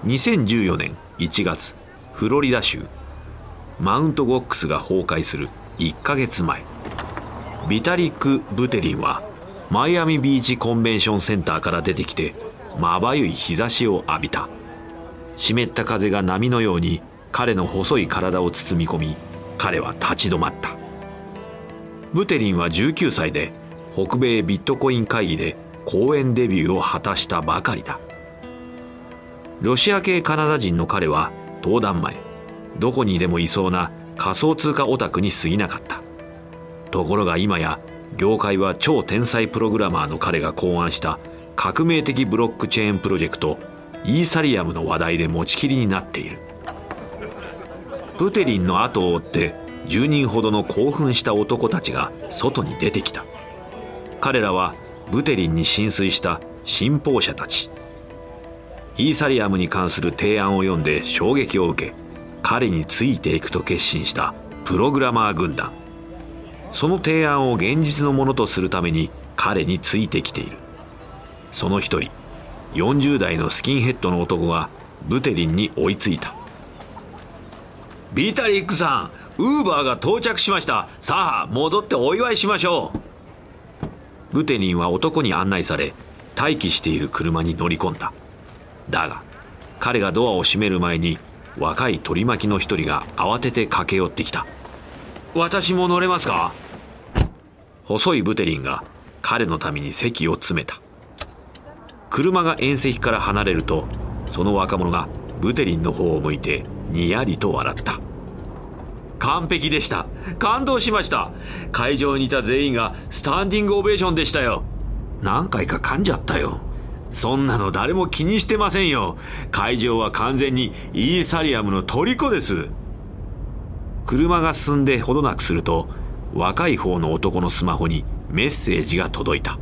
2014年1月、フロリダ州マウントゴックスが崩壊する1ヶ月前、ビタリック・ブテリンはマイアミビーチコンベンションセンターから出てきて、まばゆい日差しを浴びた。湿った風が波のように彼の細い体を包み込み、彼は立ち止まった。ブテリンは19歳で北米ビットコイン会議で講演デビューを果たしたばかりだ。ロシア系カナダ人の彼は登壇前、どこにでもいそうな仮想通貨オタクに過ぎなかった。ところが今や業界は超天才プログラマーの彼が考案した革命的ブロックチェーンプロジェクトイーサリアムの話題で持ちきりになっている。ブテリンの後を追って10人ほどの興奮した男たちが外に出てきた。彼らはブテリンに心酔した信奉者たち。イーサリアムに関する提案を読んで衝撃を受け、彼についていくと決心したプログラマー軍団。その提案を現実のものとするために彼についてきている。その一人、40代のスキンヘッドの男がブテリンに追いついた。ビタリックさん、ウーバーが到着しました。さあ戻ってお祝いしましょう。ブテリンは男に案内され、待機している車に乗り込んだ。だが彼がドアを閉める前に、若い取り巻きの一人が慌てて駆け寄ってきた。私も乗れますか？細いブテリンが彼のために席を詰めた。車が縁石から離れると、その若者がブテリンの方を向いてにやりと笑った。完璧でした。感動しました。会場にいた全員がスタンディングオベーションでしたよ。何回か噛んじゃったよ。そんなの誰も気にしてませんよ。会場は完全にイーサリアムの虜です。車が進んでほどなくすると、若い方の男のスマホにメッセージが届いた。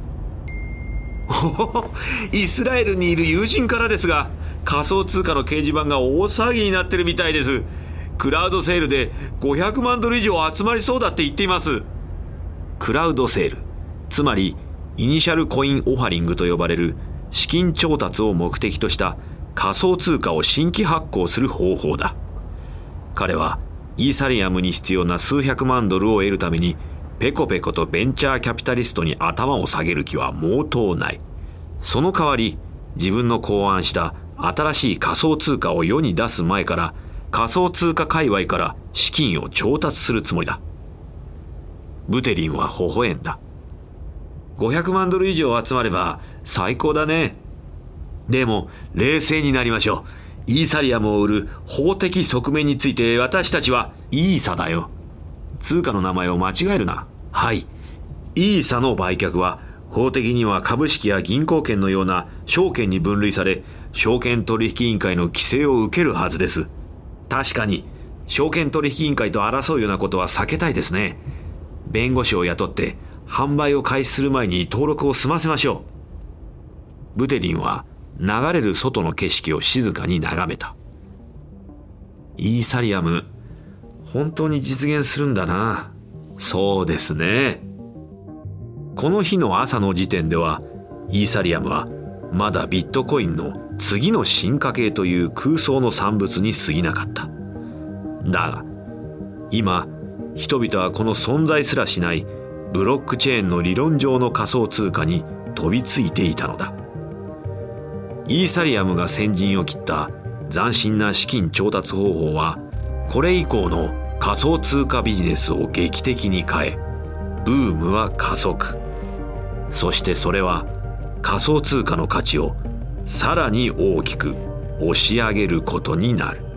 イスラエルにいる友人からですが、仮想通貨の掲示板が大騒ぎになってるみたいです。クラウドセールで500万ドル以上集まりそうだって言っています。クラウドセール、つまりイニシャルコインオファリングと呼ばれる資金調達を目的とした仮想通貨を新規発行する方法だ。彼はイーサリアムに必要な数百万ドルを得るために、ペコペコとベンチャーキャピタリストに頭を下げる気は毛頭ない。その代わり、自分の考案した新しい仮想通貨を世に出す前から、仮想通貨界隈から資金を調達するつもりだ。ブテリンは微笑んだ。500万ドル以上集まれば最高だね。でも冷静になりましょう。イーサリアムを売る法的側面について、私たちはイーサだよ。通貨の名前を間違えるな。はい。イーサの売却は法的には株式や銀行券のような証券に分類され、証券取引委員会の規制を受けるはずです。確かに証券取引委員会と争うようなことは避けたいですね。弁護士を雇って販売を開始する前に登録を済ませましょう。ブテリンは流れる外の景色を静かに眺めた。イーサリアム、本当に実現するんだな。そうですね。この日の朝の時点では、イーサリアムはまだビットコインの次の進化系という空想の産物に過ぎなかった。だが今、人々はこの存在すらしないブロックチェーンの理論上の仮想通貨に飛びついていたのだ。イーサリアムが先陣を切った斬新な資金調達方法は、これ以降の仮想通貨ビジネスを劇的に変え、ブームは加速。そしてそれは仮想通貨の価値をさらに大きく押し上げることになる。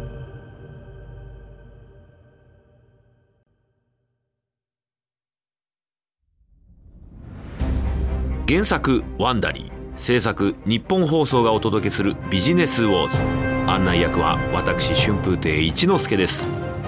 原作ワンダリー、制作日本放送がお届けするビジネスウォーズ。案内役は私春風亭一之輔です。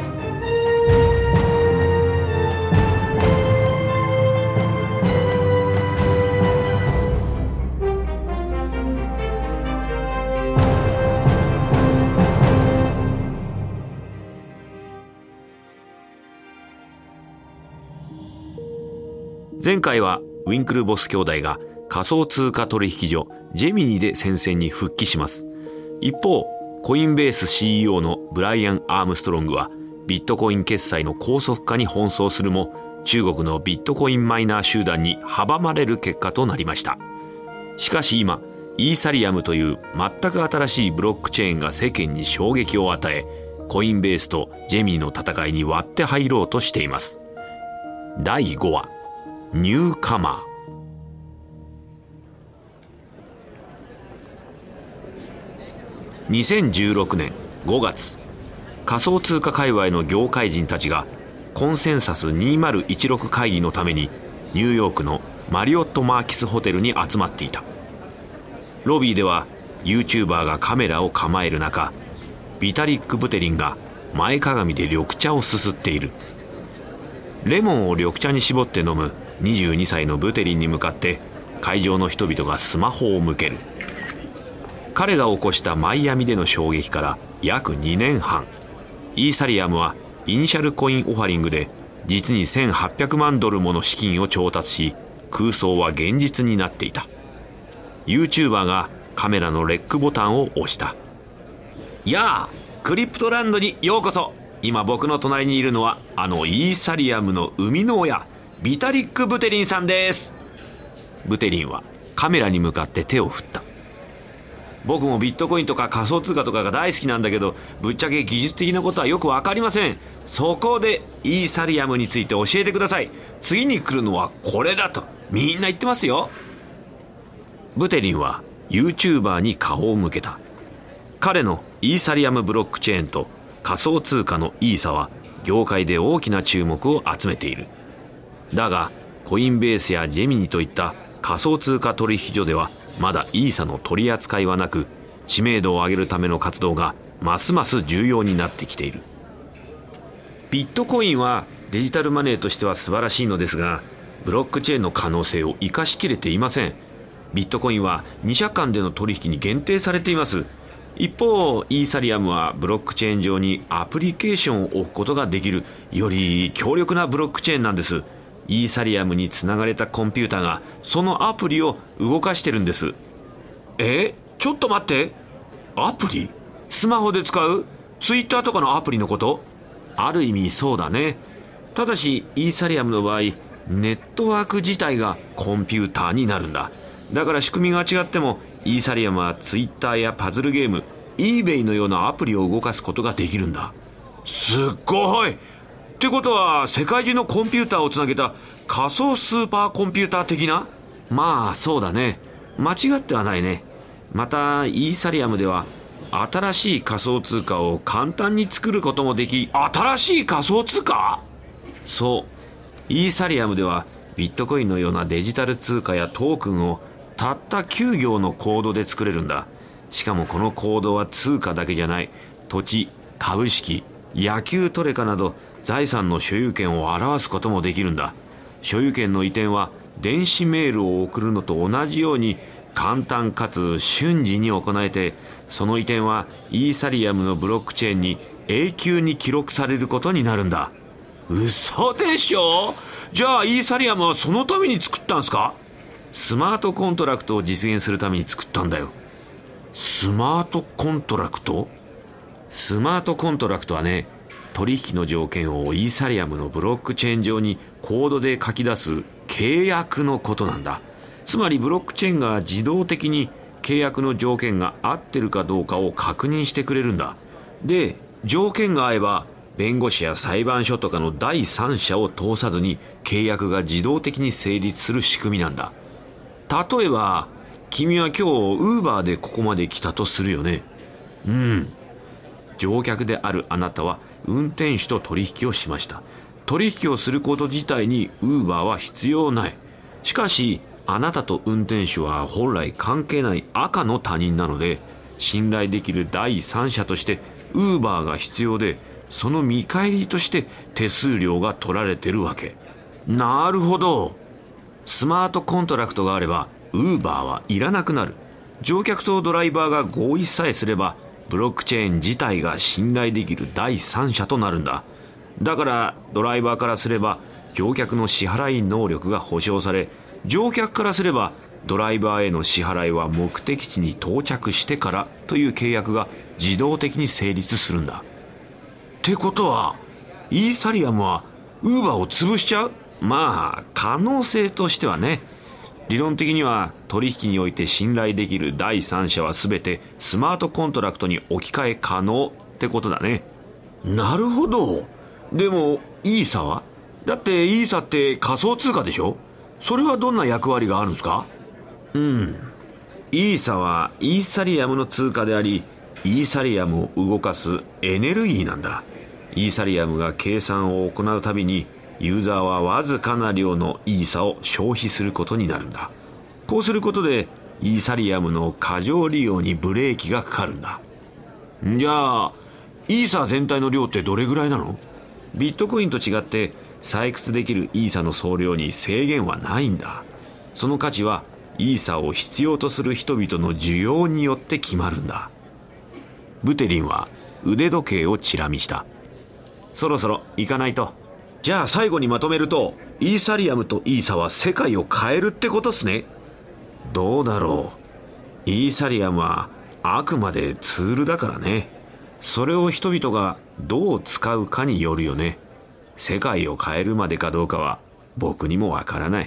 前回はウィンクルボス兄弟が仮想通貨取引所ジェミニで戦線に復帰します。一方、 コインベース CEO のブライアン・アームストロングはビットコイン決済の高速化に奔走するも、中国のビットコインマイナー集団に阻まれる結果となりました。しかし今、イーサリアムという全く新しいブロックチェーンが世間に衝撃を与え、コインベースとジェミニの戦いに割って入ろうとしています。第5話、ニューカマー。2016年5月、仮想通貨界隈の業界人たちがコンセンサス2016会議のためにニューヨークのマリオットマーキスホテルに集まっていた。ロビーでは YouTuber がカメラを構える中、ビタリック・ブテリンが前かがみで緑茶をすすっている。レモンを緑茶に絞って飲む22歳のブテリンに向かって会場の人々がスマホを向ける。彼が起こしたマイアミでの衝撃から約2年半、イーサリアムはイニシャルコインオファリングで実に1800万ドルもの資金を調達し、空想は現実になっていた。YouTuber がカメラのレックボタンを押した。やあ、クリプトランドにようこそ。今僕の隣にいるのはイーサリアムの生みの親、ビタリック・ブテリンさんです。ブテリンはカメラに向かって手を振った。僕もビットコインとか仮想通貨とかが大好きなんだけど、ぶっちゃけ技術的なことはよく分かりません。そこでイーサリアムについて教えてください。次に来るのはこれだとみんな言ってますよ。ブテリンは YouTuber に顔を向けた。彼のイーサリアムブロックチェーンと仮想通貨のイーサは業界で大きな注目を集めている。だがコインベースやジェミニといった仮想通貨取引所ではまだイーサの取り扱いはなく、知名度を上げるための活動がますます重要になってきている。ビットコインはデジタルマネーとしては素晴らしいのですが、ブロックチェーンの可能性を生かしきれていません。ビットコインは2社間での取引に限定されています。一方、イーサリアムはブロックチェーン上にアプリケーションを置くことができる、より強力なブロックチェーンなんです。イーサリアムにつながれたコンピューターがそのアプリを動かしてるんです。ちょっと待って、アプリ？スマホで使うツイッターとかのアプリのこと？ある意味そうだね。ただしイーサリアムの場合、ネットワーク自体がコンピューターになるんだ。だから仕組みが違ってもイーサリアムはツイッターやパズルゲーム、eBay のようなアプリを動かすことができるんだ。すっごい。ってことは世界中のコンピューターをつなげた仮想スーパーコンピューター的な？まあそうだね。間違ってはないね。またイーサリアムでは新しい仮想通貨を簡単に作ることもでき。新しい仮想通貨？そう、イーサリアムではビットコインのようなデジタル通貨やトークンをたった9行のコードで作れるんだ。しかもこのコードは通貨だけじゃない、土地、株式、野球トレカなど財産の所有権を表すこともできるんだ。所有権の移転は電子メールを送るのと同じように簡単かつ瞬時に行えて、その移転はイーサリアムのブロックチェーンに永久に記録されることになるんだ。嘘でしょ？じゃあイーサリアムはそのために作ったんですか？スマートコントラクトを実現するために作ったんだよ。スマートコントラクト？スマートコントラクトはね、取引の条件をイーサリアムのブロックチェーン上にコードで書き出す契約のことなんだ。つまりブロックチェーンが自動的に契約の条件が合ってるかどうかを確認してくれるんだ。で、条件が合えば弁護士や裁判所とかの第三者を通さずに契約が自動的に成立する仕組みなんだ。例えば君は今日Uberでここまで来たとするよね。乗客であるあなたは運転手と取引をしました。取引をすること自体にUberは必要ない。しかしあなたと運転手は本来関係ない赤の他人なので、信頼できる第三者としてUberが必要で、その見返りとして手数料が取られてるわけ。なるほど。スマートコントラクトがあればUberはいらなくなる。乗客とドライバーが合意さえすればブロックチェーン自体が信頼できる第三者となるんだ。だからドライバーからすれば乗客の支払い能力が保証され、乗客からすればドライバーへの支払いは目的地に到着してからという契約が自動的に成立するんだ。ってことはイーサリアムはウーバーを潰しちゃう？まあ可能性としてはね。理論的には取引において信頼できる第三者は全てスマートコントラクトに置き換え可能ってことだね。なるほど。でもイーサは？だってイーサって仮想通貨でしょ？それはどんな役割があるんですか？イーサはイーサリアムの通貨であり、イーサリアムを動かすエネルギーなんだ。イーサリアムが計算を行うたびにユーザーはわずかな量のイーサを消費することになるんだ。こうすることでイーサリアムの過剰利用にブレーキがかかるんだ。じゃあイーサ全体の量ってどれぐらいなの？ビットコインと違って採掘できるイーサの総量に制限はないんだ。その価値はイーサを必要とする人々の需要によって決まるんだ。ブテリンは腕時計をチラ見した。そろそろ行かないと。じゃあ最後にまとめると、イーサリアムとイーサは世界を変えるってことっすね。どうだろう。イーサリアムはあくまでツールだからね。それを人々がどう使うかによるよね。世界を変えるまでかどうかは僕にもわからない。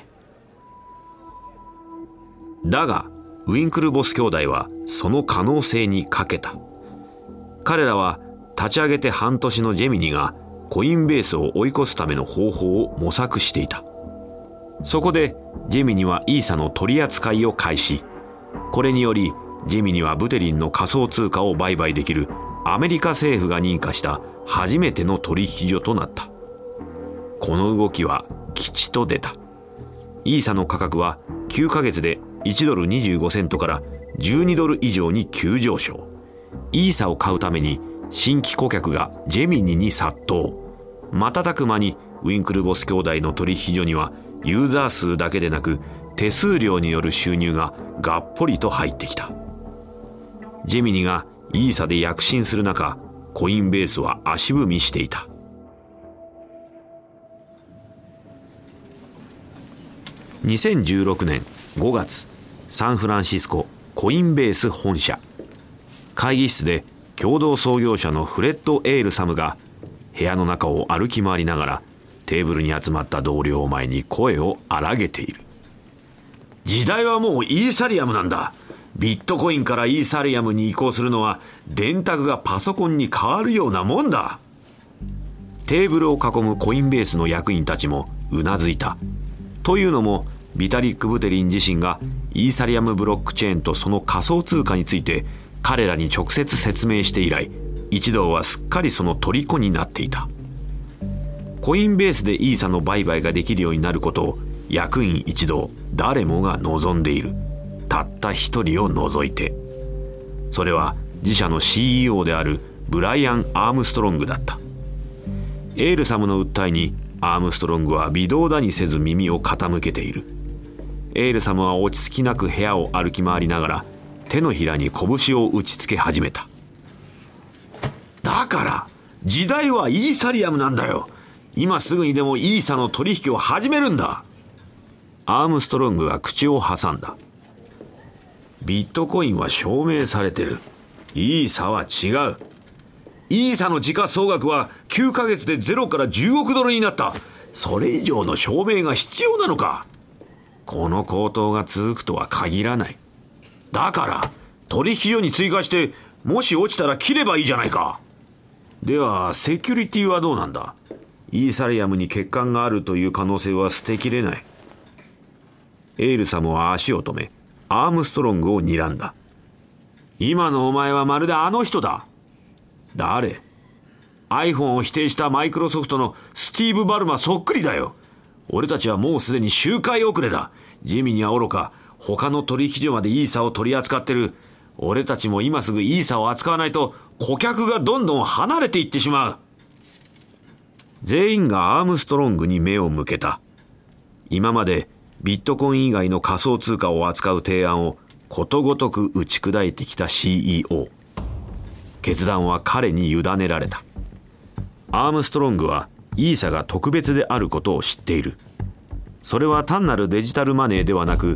だがウィンクルボス兄弟はその可能性にかけた。彼らは立ち上げて半年のジェミニがコインベースを追い越すための方法を模索していた。そこでジェミニはイーサの取り扱いを開始。これによりジェミニはブテリンの仮想通貨を売買できるアメリカ政府が認可した初めての取引所となった。この動きは吉と出た。イーサの価格は9ヶ月で1ドル25セントから12ドル以上に急上昇。イーサを買うために新規顧客がジェミニに殺到。瞬く間にウィンクルボス兄弟の取引所にはユーザー数だけでなく手数料による収入ががっぽりと入ってきた。ジェミニがイーサで躍進する中、コインベースは足踏みしていた。2016年5月、サンフランシスココインベース本社。会議室で共同創業者のフレッド・エールサムが部屋の中を歩き回りながらテーブルに集まった同僚を前に声を荒げている。時代はもうイーサリアムなんだ。ビットコインからイーサリアムに移行するのは電卓がパソコンに変わるようなもんだ。テーブルを囲むコインベースの役員たちもうなずいた。というのもビタリック・ブテリン自身がイーサリアムブロックチェーンとその仮想通貨について彼らに直接説明して以来、一同はすっかりその虜になっていた。コインベースでイーサの売買ができるようになることを役員一同誰もが望んでいる。たった一人を除いて。それは自社の CEO であるブライアン・アームストロングだった。エールサムの訴えにアームストロングは微動だにせず耳を傾けている。エールサムは落ち着きなく部屋を歩き回りながら手のひらに拳を打ちつけ始めた。だから時代はイーサリアムなんだよ。今すぐにでもイーサの取引を始めるんだ。アームストロングが口を挟んだ。ビットコインは証明されてる。イーサは違う。イーサの時価総額は9ヶ月で0から10億ドルになった。それ以上の証明が必要なのか。この高騰が続くとは限らない。だから取引所に追加してもし落ちたら切ればいいじゃないか。ではセキュリティはどうなんだ。イーサリアムに欠陥があるという可能性は捨てきれない。エールサムは足を止めアームストロングを睨んだ。今のお前はまるであの人だ。誰？ iPhone を否定したマイクロソフトのスティーブ・バルマそっくりだよ。俺たちはもうすでに周回遅れだ。ジミにはおろか他の取引所までイーサを取り扱ってる。俺たちも今すぐイーサを扱わないと顧客がどんどん離れていってしまう。全員がアームストロングに目を向けた。今までビットコイン以外の仮想通貨を扱う提案をことごとく打ち砕いてきた CEO。 決断は彼に委ねられた。アームストロングはイーサが特別であることを知っている。それは単なるデジタルマネーではなく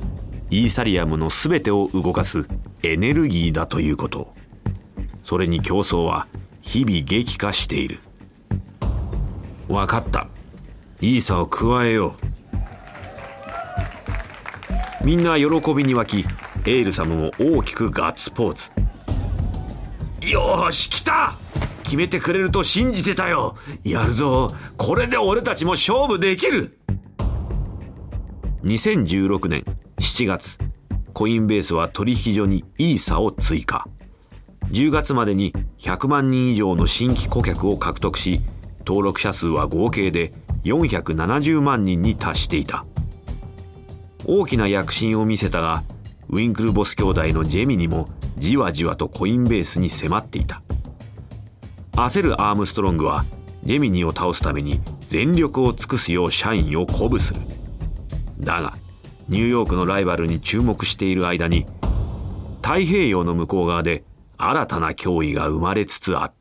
イーサリアムのすべてを動かすエネルギーだということ。それに競争は日々激化している。わかった。イーサを加えよう。みんな喜びに沸き、エールサムも大きくガッツポーズ。よーし、来た！決めてくれると信じてたよ。やるぞ。これで俺たちも勝負できる。2016年7月、コインベースは取引所にイーサを追加。10月までに100万人以上の新規顧客を獲得し、登録者数は合計で470万人に達していた。大きな躍進を見せたが、ウィンクルボス兄弟のジェミニもじわじわとコインベースに迫っていた。焦るアームストロングはジェミニを倒すために全力を尽くすよう社員を鼓舞する。だがニューヨークのライバルに注目している間に、太平洋の向こう側で新たな脅威が生まれつつあった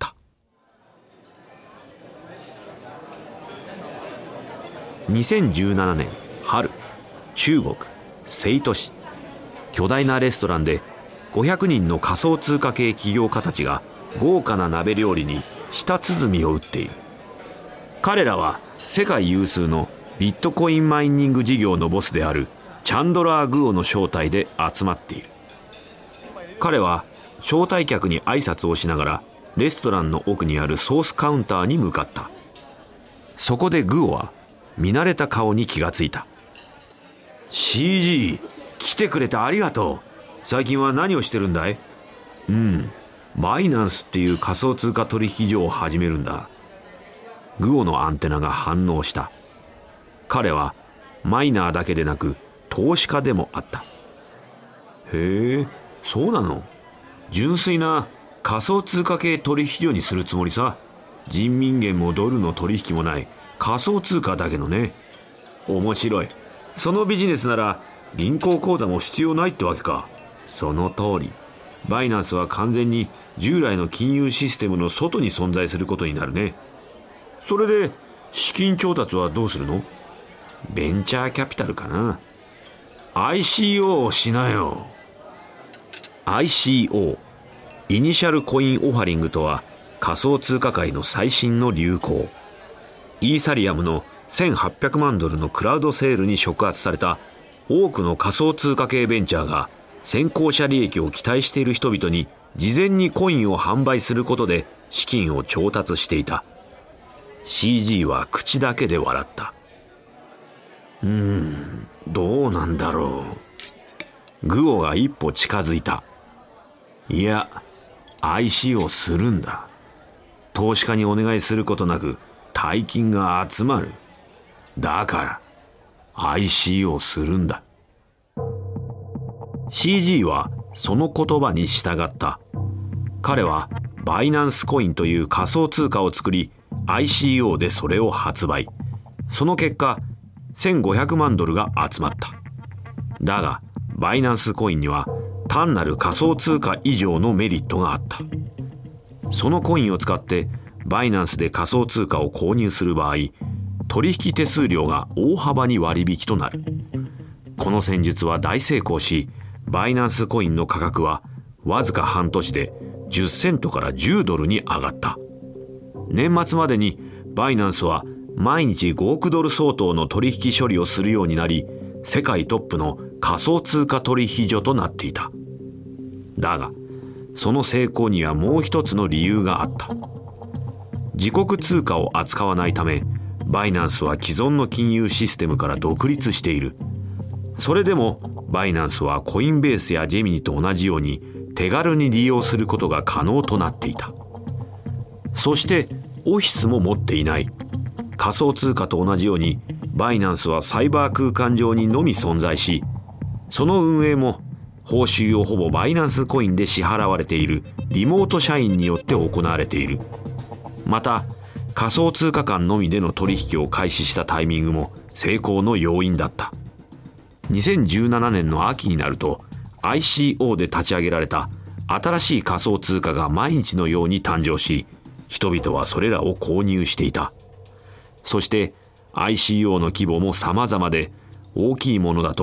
。2017年春、中国成都市。巨大なレストランで500人の仮想通貨系起業家たちが豪華な鍋料理に舌鼓を打っている。彼らは世界有数のビットコインマイニング事業のボスであるチャンドラー・グオの招待で集まっている。彼は招待客に挨拶をしながらレストランの奥にあるソースカウンターに向かった。そこでグオは見慣れた顔に気がついた。CG、来てくれてありがとう。最近は何をしてるんだい？バイナンスっていう仮想通貨取引所を始めるんだ。グオのアンテナが反応した。彼はマイナーだけでなく投資家でもあった。へえ、そうなの？純粋な仮想通貨系取引所にするつもりさ。人民元もドルの取引もない仮想通貨だけどね。面白い。そのビジネスなら銀行口座も必要ないってわけか。その通り。バイナンスは完全に従来の金融システムの外に存在することになるね。それで資金調達はどうするの？ベンチャーキャピタルかな。 ICO をしなよ。 ICO、 イニシャルコインオファリングとは仮想通貨界の最新の流行。イーサリアムの1800万ドルのクラウドセールに触発された多くの仮想通貨系ベンチャーが先行者利益を期待している人々に事前にコインを販売することで資金を調達していた。 CG は口だけで笑った。どうなんだろう。グオが一歩近づいた。いや、ICO するんだ。投資家にお願いすることなく大金が集まる。だからICO するんだ。 CG はその言葉に従った。彼はバイナンスコインという仮想通貨を作り ICO でそれを発売。その結果1500万ドルが集まった。だがバイナンスコインには単なる仮想通貨以上のメリットがあった。そのコインを使ってバイナンスで仮想通貨を購入する場合、取引手数料が大幅に割引となる。この戦術は大成功し、バイナンスコインの価格はわずか半年で10セントから10ドルに上がった。年末までにバイナンスは毎日5億ドル相当の取引処理をするようになり、世界トップの仮想通貨取引所となっていた。だがその成功にはもう一つの理由があった。自国通貨を扱わないため、バイナンスは既存の金融システムから独立している。それでもバイナンスはコインベースやジェミニと同じように手軽に利用することが可能となっていた。そしてオフィスも持っていない。仮想通貨と同じようにバイナンスはサイバー空間上にのみ存在し、その運営も報酬をほぼバイナンスコインで支払われているリモート社員によって行われている。また仮想通貨間のみでの取引を開始したタイミングも成功の要因だった。2017年の秋になると ICO で立ち上げられた新しい仮想通貨が毎日のように誕生し、人々はそれらを購入していた。そして ICO の規模も様々で、大きいものだと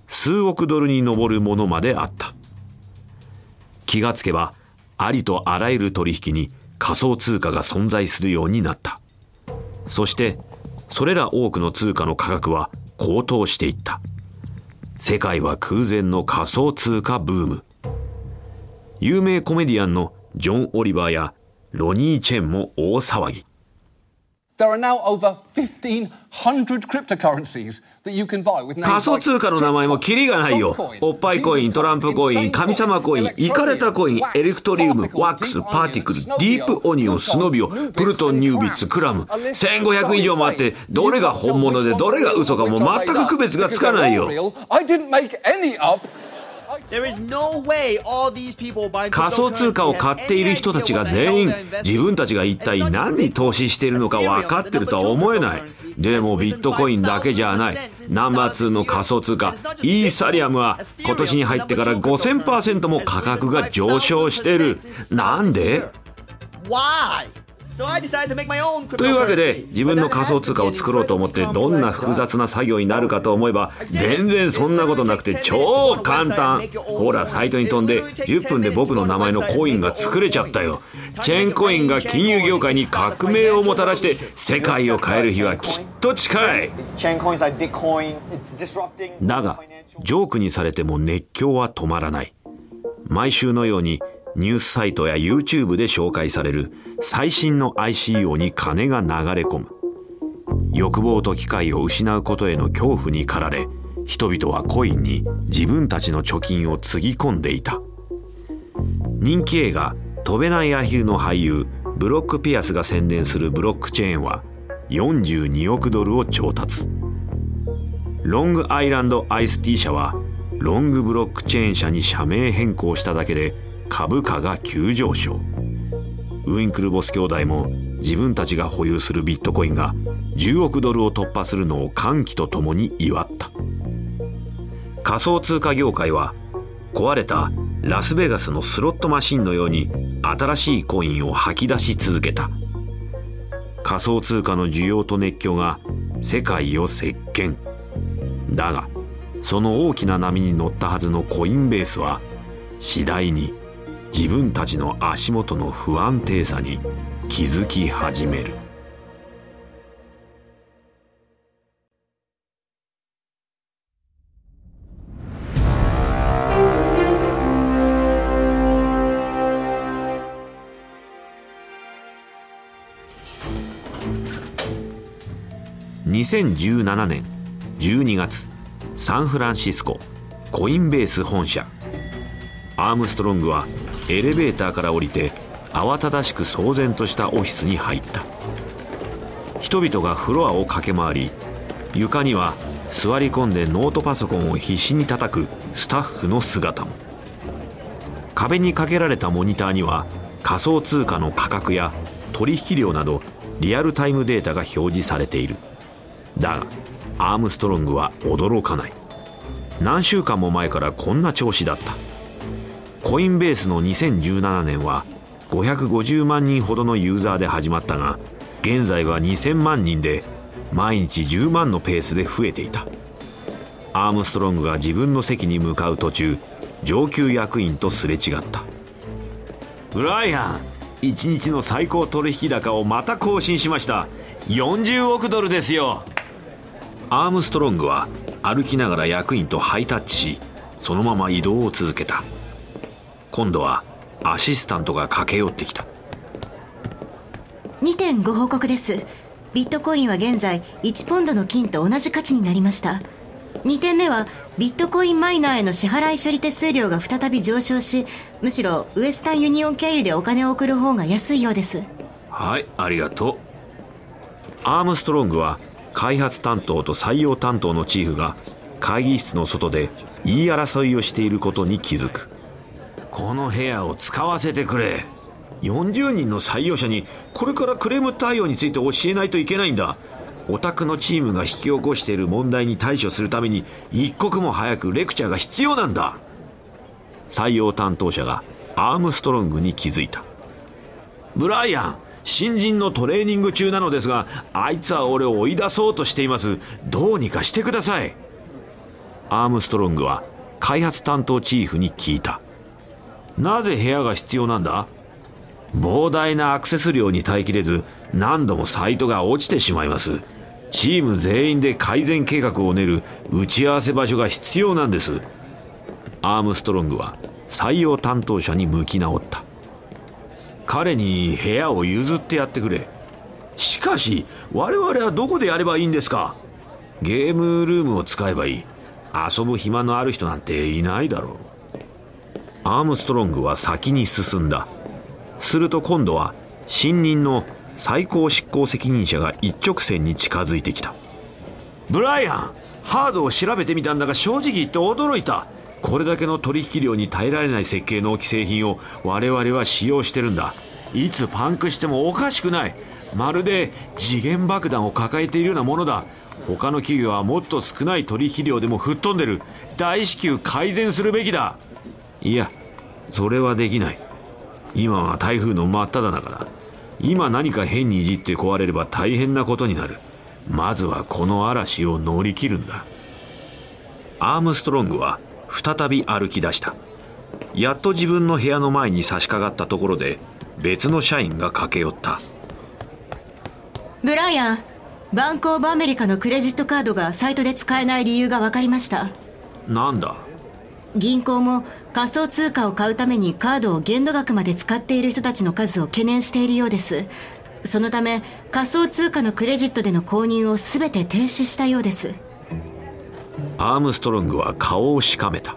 数億ドルに上るものまであった。気がつけばありとあらゆる取引に仮想通貨が存在するようになった。そしてそれら多くの通貨の価格は高騰していった。世界は空前の仮想通貨ブーム。有名コメディアンのジョン・オリバーやロニー・チェンも大騒ぎ。 There are now over 1,500 cryptocurrencies that you can buy with names like 仮想通貨の名前もキリがないよ。おっぱいコイン、トランプコイン、神様コイン、イカれたコイン、エレクトリウム、ワックス、パーティクル、ディープオニオン、スノビオ、プルトン、ニュービッツ、クラム、1500以上もあって、どれが本物でどれが嘘かも全く区別がつかないよ。仮想通貨を買っている人たちが全員自分たちが一体何に投資しているのか分かってるとは思えない。でもビットコインだけじゃない。ナンバー2の仮想通貨イーサリアムは今年に入ってから 5000% も価格が上昇してる。なんで？というわけで自分の仮想通貨を作ろうと思ってどんな複雑な作業になるかと思えば全然そんなことなくて超簡単。ほらサイトに飛んで10分で僕の名前のコインが作れちゃったよ。チェーンコインが金融業界に革命をもたらして世界を変える日はきっと近い。だがジョークにされても熱狂は止まらない。毎週のようにニュースサイトや YouTube で紹介される最新の ICO に金が流れ込む。欲望と機会を失うことへの恐怖に駆られ、人々はコインに自分たちの貯金をつぎ込んでいた。人気映画飛べないアヒルの俳優ブロック・ピアスが宣伝するブロックチェーンは42億ドルを調達。ロングアイランドアイスティー社はロングブロックチェーン社に社名変更しただけで株価が急上昇。ウィンクルボス兄弟も自分たちが保有するビットコインが10億ドルを突破するのを歓喜とともに祝った。仮想通貨業界は壊れたラスベガスのスロットマシンのように新しいコインを吐き出し続けた。仮想通貨の需要と熱狂が世界を席巻。だがその大きな波に乗ったはずのコインベースは次第に自分たちの足元の不安定さに気づき始める。2017年12月、サンフランシスココインベース本社。アームストロングはエレベーターから降りて慌ただしく騒然としたオフィスに入った。人々がフロアを駆け回り、床には座り込んでノートパソコンを必死に叩くスタッフの姿も。壁にかけられたモニターには仮想通貨の価格や取引量などリアルタイムデータが表示されている。だがアームストロングは驚かない。何週間も前からこんな調子だった。コインベースの2017年は550万人ほどのユーザーで始まったが、現在は2000万人で毎日10万のペースで増えていた。アームストロングが自分の席に向かう途中、上級役員とすれ違った。ブライアン、1日の最高取引高をまた更新しました。40億ドルですよ。アームストロングは歩きながら役員とハイタッチし、そのまま移動を続けた。今度はアシスタントが駆け寄ってきた。 2点ご報告です。ビットコインは現在1ポンドの金と同じ価値になりました。2点目はビットコインマイナーへの支払い処理手数料が再び上昇し、むしろウエスタンユニオン経由でお金を送る方が安いようです。 はい、ありがとう。アームストロングは開発担当と採用担当のチーフが会議室の外で言い争いをしていることに気づく。この部屋を使わせてくれ。40人の採用者にこれからクレーム対応について教えないといけないんだ。お宅のチームが引き起こしている問題に対処するために一刻も早くレクチャーが必要なんだ。採用担当者がアームストロングに気づいた。ブライアン、新人のトレーニング中なのですが、あいつは俺を追い出そうとしています。どうにかしてください。 アームストロングは開発担当チーフに聞いた。なぜ部屋が必要なんだ？膨大なアクセス量に耐えきれず、何度もサイトが落ちてしまいます。チーム全員で改善計画を練る打ち合わせ場所が必要なんです。アームストロングは採用担当者に向き直った。彼に部屋を譲ってやってくれ。しかし我々はどこでやればいいんですか？ゲームルームを使えばいい。遊ぶ暇のある人なんていないだろう。アームストロングは先に進んだ。すると今度は新任の最高執行責任者が一直線に近づいてきた。ブライアン、ハードを調べてみたんだが正直言って驚いた。これだけの取引量に耐えられない設計の既製品を我々は使用してるんだ。いつパンクしてもおかしくない。まるで時限爆弾を抱えているようなものだ。他の企業はもっと少ない取引量でも吹っ飛んでる。大至急改善するべきだ。いや、それはできない。今は台風の真っ只中だ。今何か変にいじって壊れれば大変なことになる。まずはこの嵐を乗り切るんだ。アームストロングは再び歩き出した。やっと自分の部屋の前に差し掛かったところで別の社員が駆け寄った。 ブライアン、バンクオブアメリカのクレジットカードがサイトで使えない理由が分かりました。 なんだ？ 銀行も仮想通貨を買うためにカードを限度額まで使っている人たちの数を懸念しているようです。そのため仮想通貨のクレジットでの購入を全て停止したようです。 アームストロングは顔をしかめた。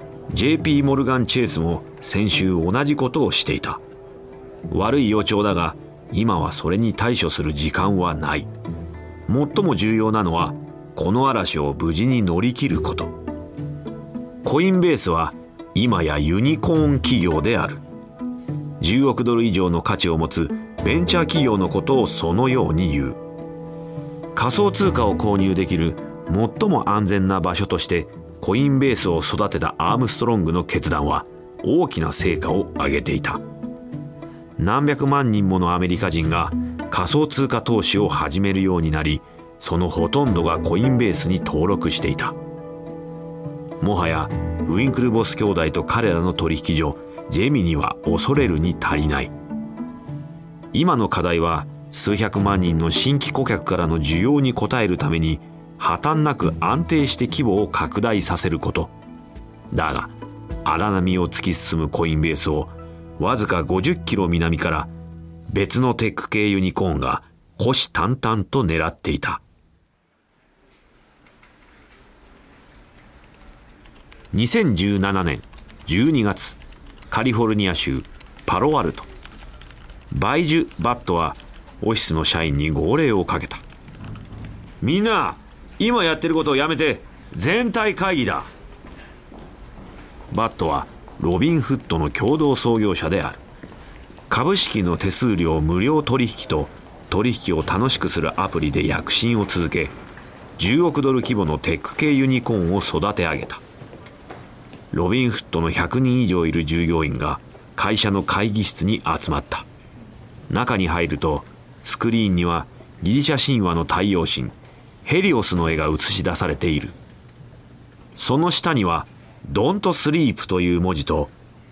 JP モルガン・チェイスも先週同じことをしていた。悪い予兆だが今はそれに対処する時間はない。最も重要なのはこの嵐を無事に乗り切ること。コインベースは今やユニコーン企業である。10億ドル以上の価値を持つベンチャー企業のことをそのように言う。仮想通貨を購入できる最も安全な場所としてコインベースを育てたアームストロングの決断は大きな成果を上げていた。何百万人ものアメリカ人が仮想通貨投資を始めるようになり、そのほとんどがコインベースに登録していた。もはやウィンクルボス兄弟と彼らの取引所ジェミニは恐れるに足りない。今の課題は数百万人の新規顧客からの需要に応えるために破綻なく安定して規模を拡大させること。だが荒波を突き進むコインベースをわずか50キロ南から別のテック系ユニコーンが虎視眈々と狙っていた。2017年12月、カリフォルニア州パロアルト。バイジュ・バットはオフィスの社員に号令をかけた。みんな、今やってることをやめて全体会議だ。バットはロビンフットの共同創業者である。株式の手数料無料取引と取引を楽しくするアプリで躍進を続け、10億ドル規模のテック系ユニコーンを育て上げた。ロビンフットの100人以上いる従業員が会社の会議室に集まった。中に入るとスクリーンにはギリシャ神話の太陽神ヘリオスの絵が映し出されている。その下にはDon't Sleep という文字と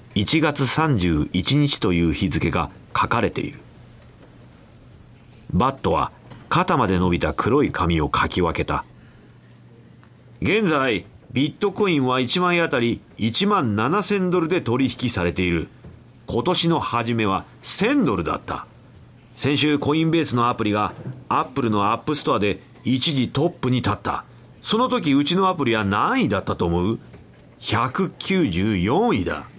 1月31日という日付が書かれている。バットは肩まで伸びた黒い紙をかき分けた。現在ビットコインは1枚あたり1万7000ドルで取引されている。今年の初めは1000ドルだった。先週コインベースのアプリがアップルのアップストアで一時トップに立った。その時うちのアプリは何位だったと思う？ 194 位だ。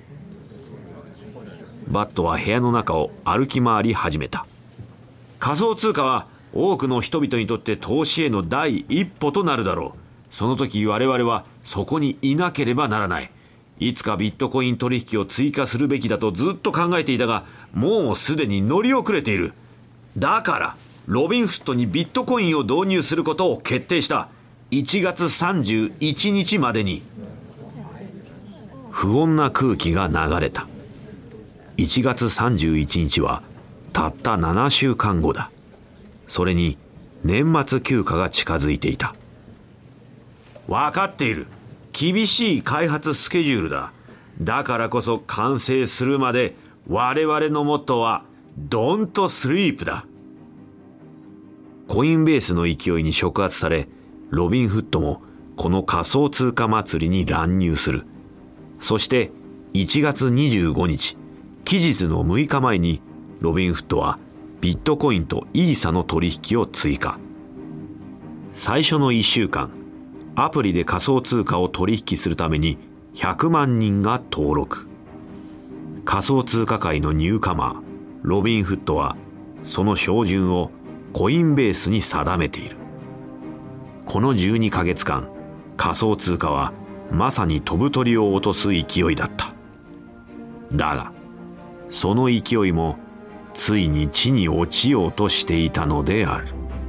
バットは部屋の中を歩き回り始めた。仮想通貨は多くの人々にとって投資への第一歩となるだろう。その時我々はそこにいなければならない。いつかビットコイン取引を追加するべきだとずっと考えていたが、もうすでに乗り遅れている。だからロビンフットにビットコインを導入することを決定した。1月31日までに。不穏な空気が流れた。1月31日はたった7週間後だ。それに年末休暇が近づいていた。分かっている。 厳しい開発スケジュールだ。だからこそ完成するまで我々のモットーはDon't Sleepだ。コインベースの勢いに触発され、ロビンフッドもこの仮想通貨祭りに乱入する。そして1月25日、期日の6日前にロビンフッドはビットコインとイーサの取引を追加。最初の1週間、アプリで仮想通貨を取引するために100万人が登録。仮想通貨界のニューカマー、ロビンフッドはその標準をコインベースに定めている。この12ヶ月間、仮想通貨はまさに飛ぶ鳥を落とす勢いだった。だが、その勢いもついに地に落ちようとしていたのである。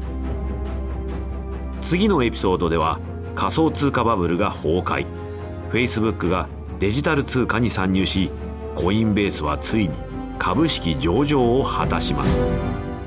次のエピソードでは仮想通貨バブルが崩壊。Facebook がデジタル通貨に参入し、コインベースはついに株式上場を果たします。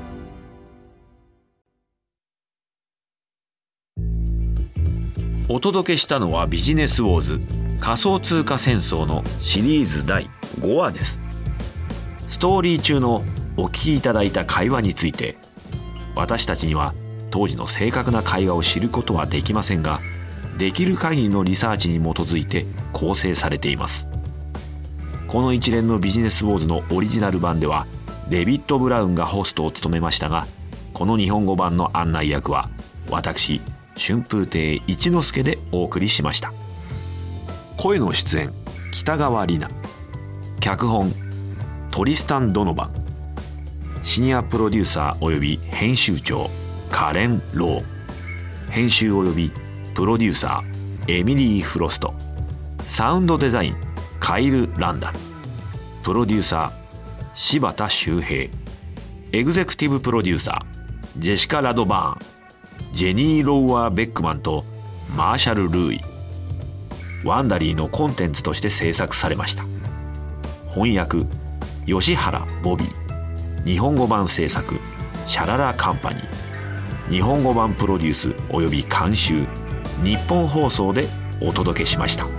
お届けしたのはビジネスウォーズ仮想通貨戦争のシリーズ第5話です。ストーリー中のお聞きいただいた会話について、私たちには当時の正確な会話を知ることはできませんが、できる限りのリサーチに基づいて構成されています。この一連のビジネスウォーズのオリジナル版ではデビッド・ブラウンがホストを務めましたが、この日本語版の案内役は私春風亭一之輔でお送りしました。声の出演北川里奈、脚本トリスタン・ドノバン、シニアプロデューサーおよび編集長カレン・ロー、編集およびプロデューサーエミリー・フロスト、サウンドデザインカイル・ランダル、プロデューサー柴田修平、エグゼクティブプロデューサージェシカ・ラドバーン、ジェニー・ローワー・ベックマンとマーシャル・ルーイ。ワンダリーのコンテンツとして制作されました。翻訳吉原ボビー、日本語版制作シャララカンパニー、日本語版プロデュースおよび監修日本放送でお届けしました。